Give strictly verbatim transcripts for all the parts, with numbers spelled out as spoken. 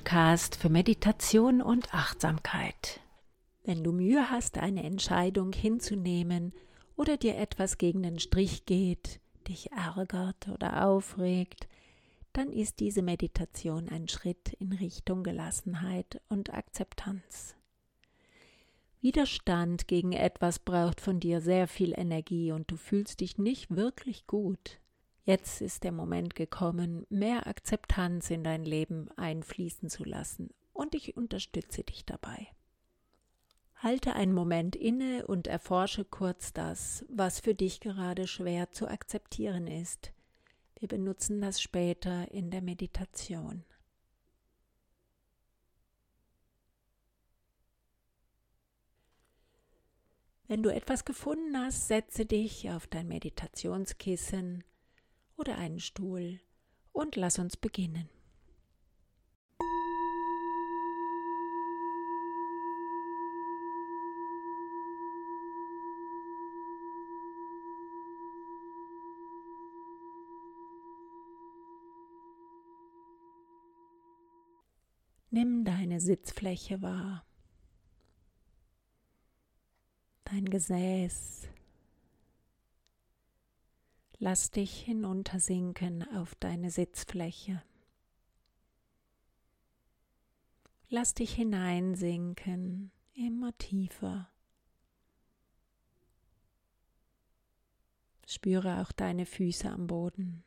Podcast für Meditation und Achtsamkeit. Wenn du Mühe hast, eine Entscheidung hinzunehmen oder dir etwas gegen den Strich geht, dich ärgert oder aufregt, dann ist diese Meditation ein Schritt in Richtung Gelassenheit und Akzeptanz. Widerstand gegen etwas braucht von dir sehr viel Energie und du fühlst dich nicht wirklich gut. Jetzt ist der Moment gekommen, mehr Akzeptanz in dein Leben einfließen zu lassen, und ich unterstütze dich dabei. Halte einen Moment inne und erforsche kurz das, was für dich gerade schwer zu akzeptieren ist. Wir benutzen das später in der Meditation. Wenn du etwas gefunden hast, setze dich auf dein Meditationskissen oder einen Stuhl und lass uns beginnen. Nimm deine Sitzfläche wahr, dein Gesäß. Lass dich hinuntersinken auf deine Sitzfläche. Lass dich hineinsinken, immer tiefer. Spüre auch deine Füße am Boden.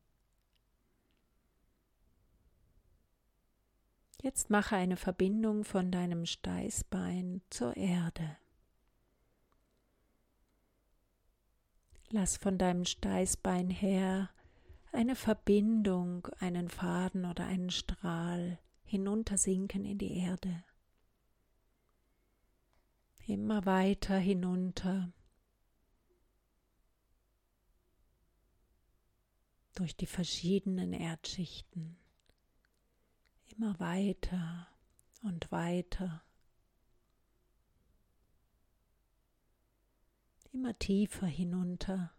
Jetzt mache eine Verbindung von deinem Steißbein zur Erde. Lass von deinem Steißbein her eine Verbindung, einen Faden oder einen Strahl hinuntersinken in die Erde. Immer weiter hinunter, durch die verschiedenen Erdschichten. Immer weiter und weiter. Immer tiefer hinunter,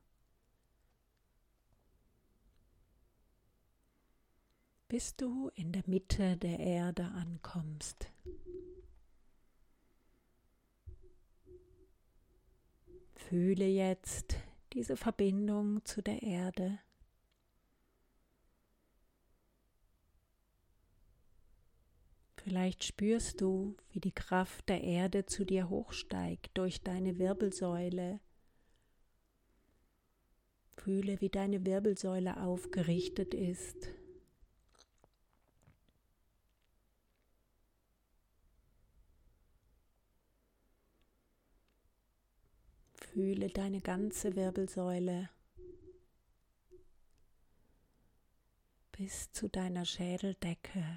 bis du in der Mitte der Erde ankommst. Fühle jetzt diese Verbindung zu der Erde. Vielleicht spürst du, wie die Kraft der Erde zu dir hochsteigt durch deine Wirbelsäule. Fühle, wie deine Wirbelsäule aufgerichtet ist. Fühle deine ganze Wirbelsäule bis zu deiner Schädeldecke.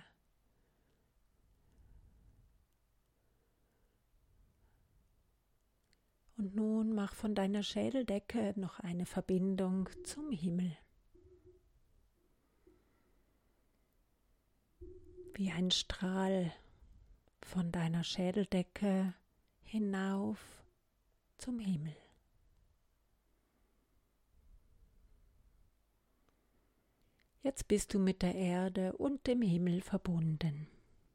Und nun mach von deiner Schädeldecke noch eine Verbindung zum Himmel. Wie ein Strahl von deiner Schädeldecke hinauf zum Himmel. Jetzt bist du mit der Erde und dem Himmel verbunden.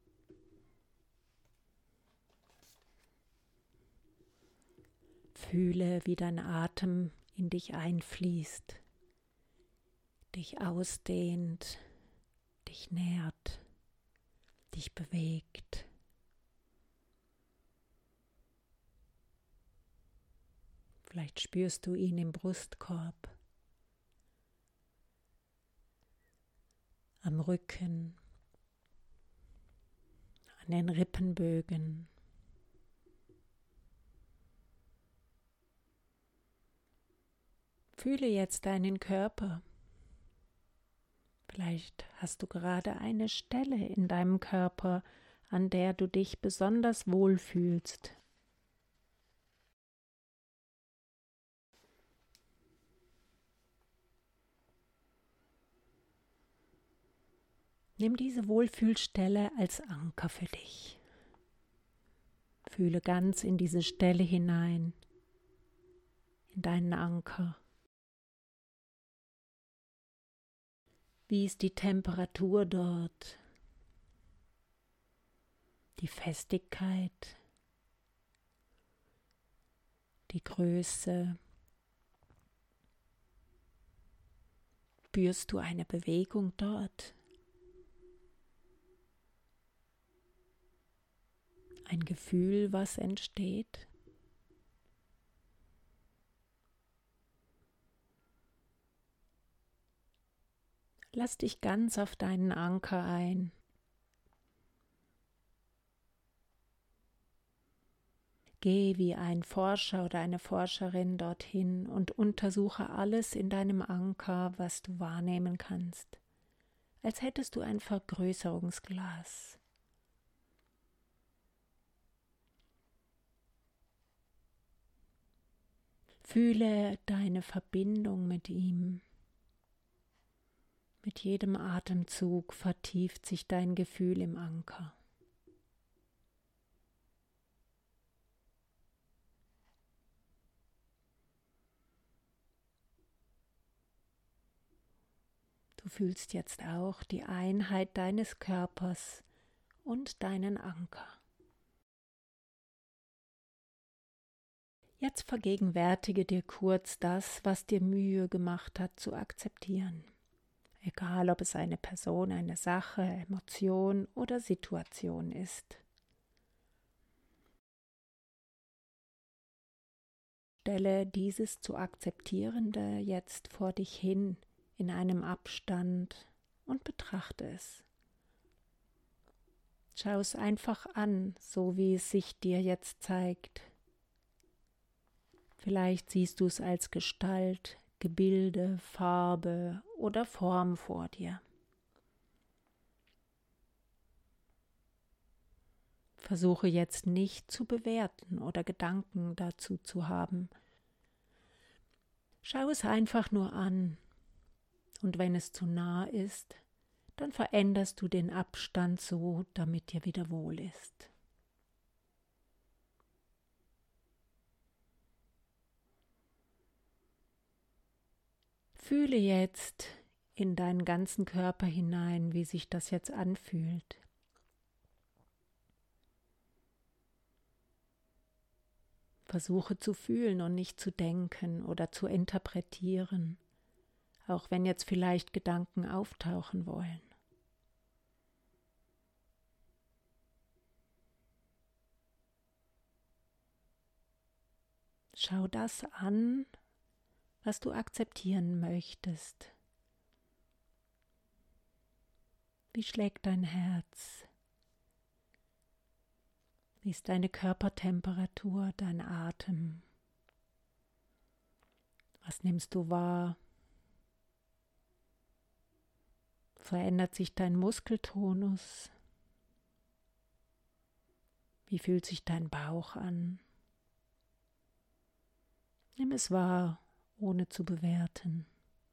Fühle, wie dein Atem in dich einfließt, dich ausdehnt, dich nährt, dich bewegt. Vielleicht spürst du ihn im Brustkorb, am Rücken, an den Rippenbögen. Fühle jetzt deinen Körper. Vielleicht hast du gerade eine Stelle in deinem Körper, an der du dich besonders wohl fühlst. Nimm diese Wohlfühlstelle als Anker für dich. Fühle ganz in diese Stelle hinein, in deinen Anker. Wie ist die Temperatur dort? die Festigkeit, die Größe. Spürst du eine Bewegung dort? Ein Gefühl, was entsteht? Lass dich ganz auf deinen Anker ein. Geh wie ein Forscher oder eine Forscherin dorthin und untersuche alles in deinem Anker, was du wahrnehmen kannst, als hättest du ein Vergrößerungsglas. Fühle deine Verbindung mit ihm. Mit jedem Atemzug vertieft sich dein Gefühl im Anker. Du fühlst jetzt auch die Einheit deines Körpers und deinen Anker. Jetzt vergegenwärtige dir kurz das, was dir Mühe gemacht hat zu akzeptieren. Egal, ob es eine Person, eine Sache, Emotion oder Situation ist. Stelle dieses zu akzeptierende jetzt vor dich hin, in einem Abstand, und betrachte es. Schau es einfach an, so wie es sich dir jetzt zeigt. Vielleicht siehst du es als Gestalt, Gebilde, Farbe oder Form vor dir. Versuche jetzt nicht zu bewerten oder Gedanken dazu zu haben. Schau es einfach nur an. Und wenn es zu nah ist, dann veränderst du den Abstand so, damit dir wieder wohl ist. Fühle jetzt in deinen ganzen Körper hinein, wie sich das jetzt anfühlt. Versuche zu fühlen und nicht zu denken oder zu interpretieren, auch wenn jetzt vielleicht Gedanken auftauchen wollen. Schau das an, was du akzeptieren möchtest. Wie schlägt dein Herz? Wie ist deine Körpertemperatur, dein Atem? Was nimmst du wahr? Verändert sich dein Muskeltonus? Wie fühlt sich dein Bauch an? Nimm es wahr, ohne zu bewerten.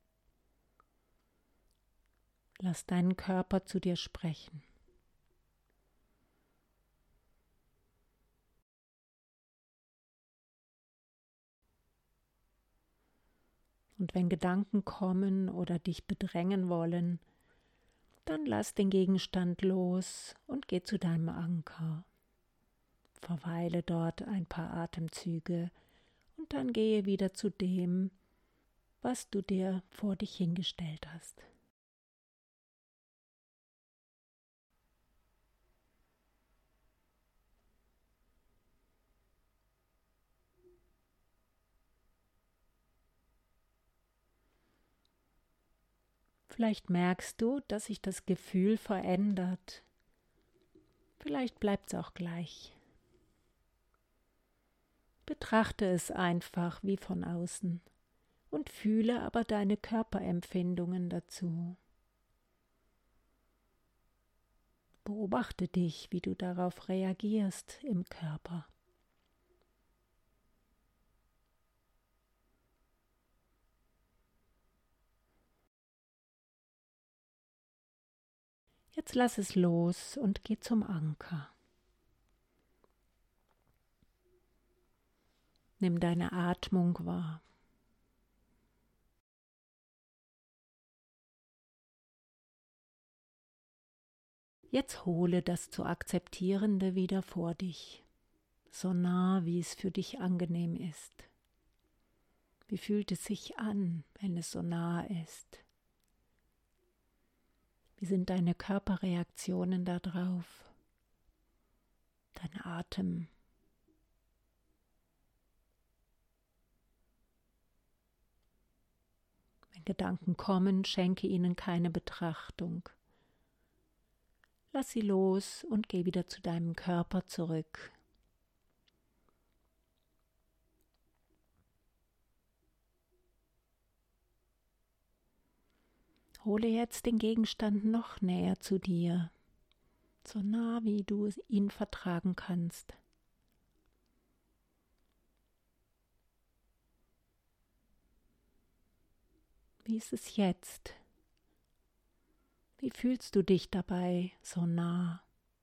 Lass deinen Körper zu dir sprechen. Und wenn Gedanken kommen oder dich bedrängen wollen, dann lass den Gegenstand los und geh zu deinem Anker. Verweile dort ein paar Atemzüge und dann gehe wieder zu dem, was du dir vor dich hingestellt hast. Vielleicht merkst du, dass sich das Gefühl verändert. Vielleicht bleibt es auch gleich. Betrachte es einfach wie von außen und fühle aber deine Körperempfindungen dazu. Beobachte dich, wie du darauf reagierst im Körper. Jetzt lass es los und geh zum Anker. Nimm deine Atmung wahr. Jetzt hole das zu Akzeptierende wieder vor dich, so nah, wie es für dich angenehm ist. Wie fühlt es sich an, wenn es so nah ist? Wie sind deine Körperreaktionen darauf? Dein Atem? Wenn Gedanken kommen, schenke ihnen keine Betrachtung. Lass sie los und geh wieder zu deinem Körper zurück. Hole jetzt den Gegenstand noch näher zu dir, so nah wie du ihn vertragen kannst. Wie ist es jetzt? Wie fühlst du dich dabei so nah?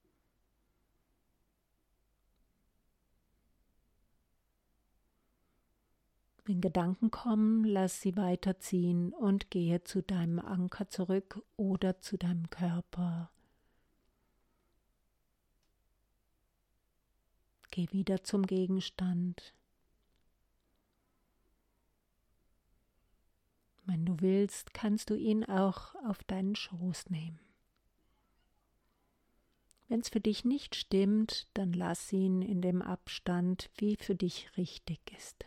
Wenn Gedanken kommen, lass sie weiterziehen und gehe zu deinem Anker zurück oder zu deinem Körper. Geh wieder zum Gegenstand. Wenn du willst, kannst du ihn auch auf deinen Schoß nehmen. Wenn es für dich nicht stimmt, dann lass ihn in dem Abstand, wie für dich richtig ist.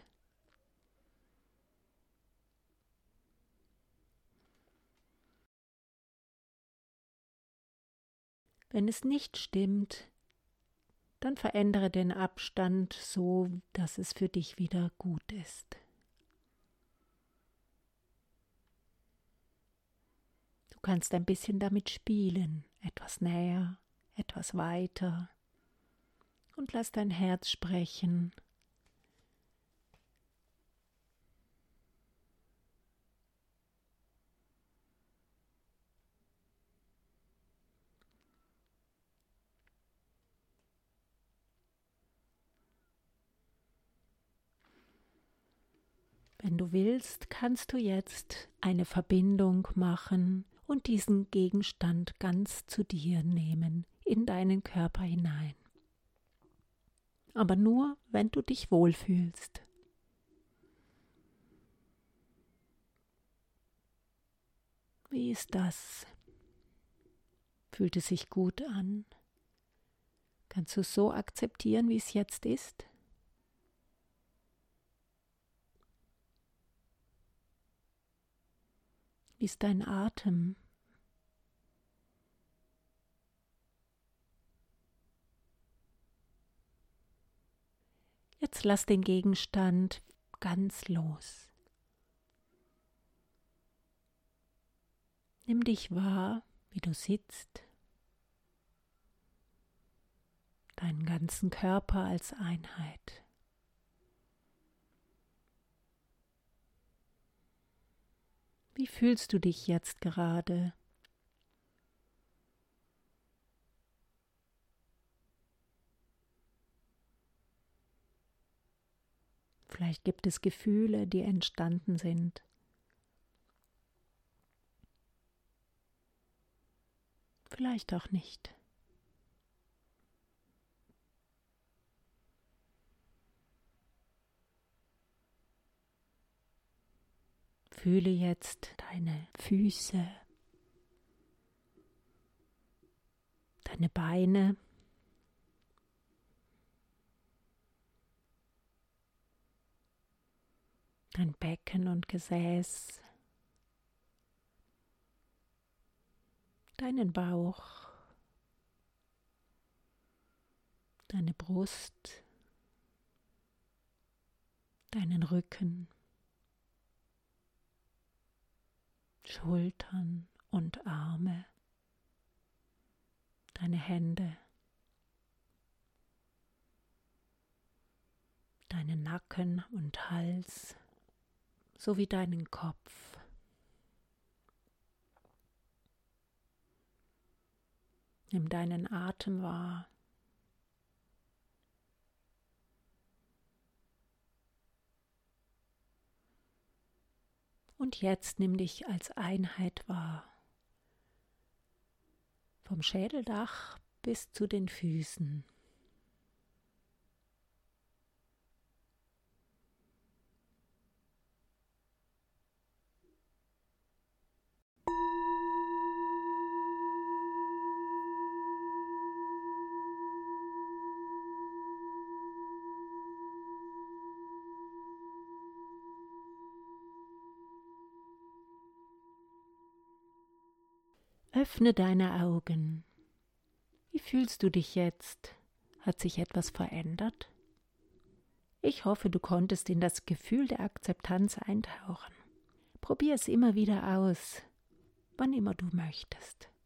Wenn es nicht stimmt, dann verändere den Abstand so, dass es für dich wieder gut ist. Du kannst ein bisschen damit spielen, etwas näher, etwas weiter, und lass dein Herz sprechen. Wenn du willst, kannst du jetzt eine Verbindung machen und diesen Gegenstand ganz zu dir nehmen, in deinen Körper hinein. Aber nur, wenn du dich wohlfühlst. Wie ist das? Fühlt es sich gut an? Kannst du es so akzeptieren, wie es jetzt ist? Wie ist dein Atem? Jetzt lass den Gegenstand ganz los. Nimm dich wahr, wie du sitzt, deinen ganzen Körper als Einheit. Wie fühlst du dich jetzt gerade? Vielleicht gibt es Gefühle, die entstanden sind. Vielleicht auch nicht. Fühle jetzt deine Füße, deine Beine, dein Becken und Gesäß, deinen Bauch, deine Brust, deinen Rücken, Schultern und Arme, deine Hände, deinen Nacken und Hals sowie deinen Kopf. Nimm deinen Atem wahr. Und jetzt nimm dich als Einheit wahr. vom Schädeldach bis zu den Füßen. Öffne deine Augen. Wie fühlst du dich jetzt? Hat sich etwas verändert? Ich hoffe, du konntest in das Gefühl der Akzeptanz eintauchen. Probier es immer wieder aus, wann immer du möchtest.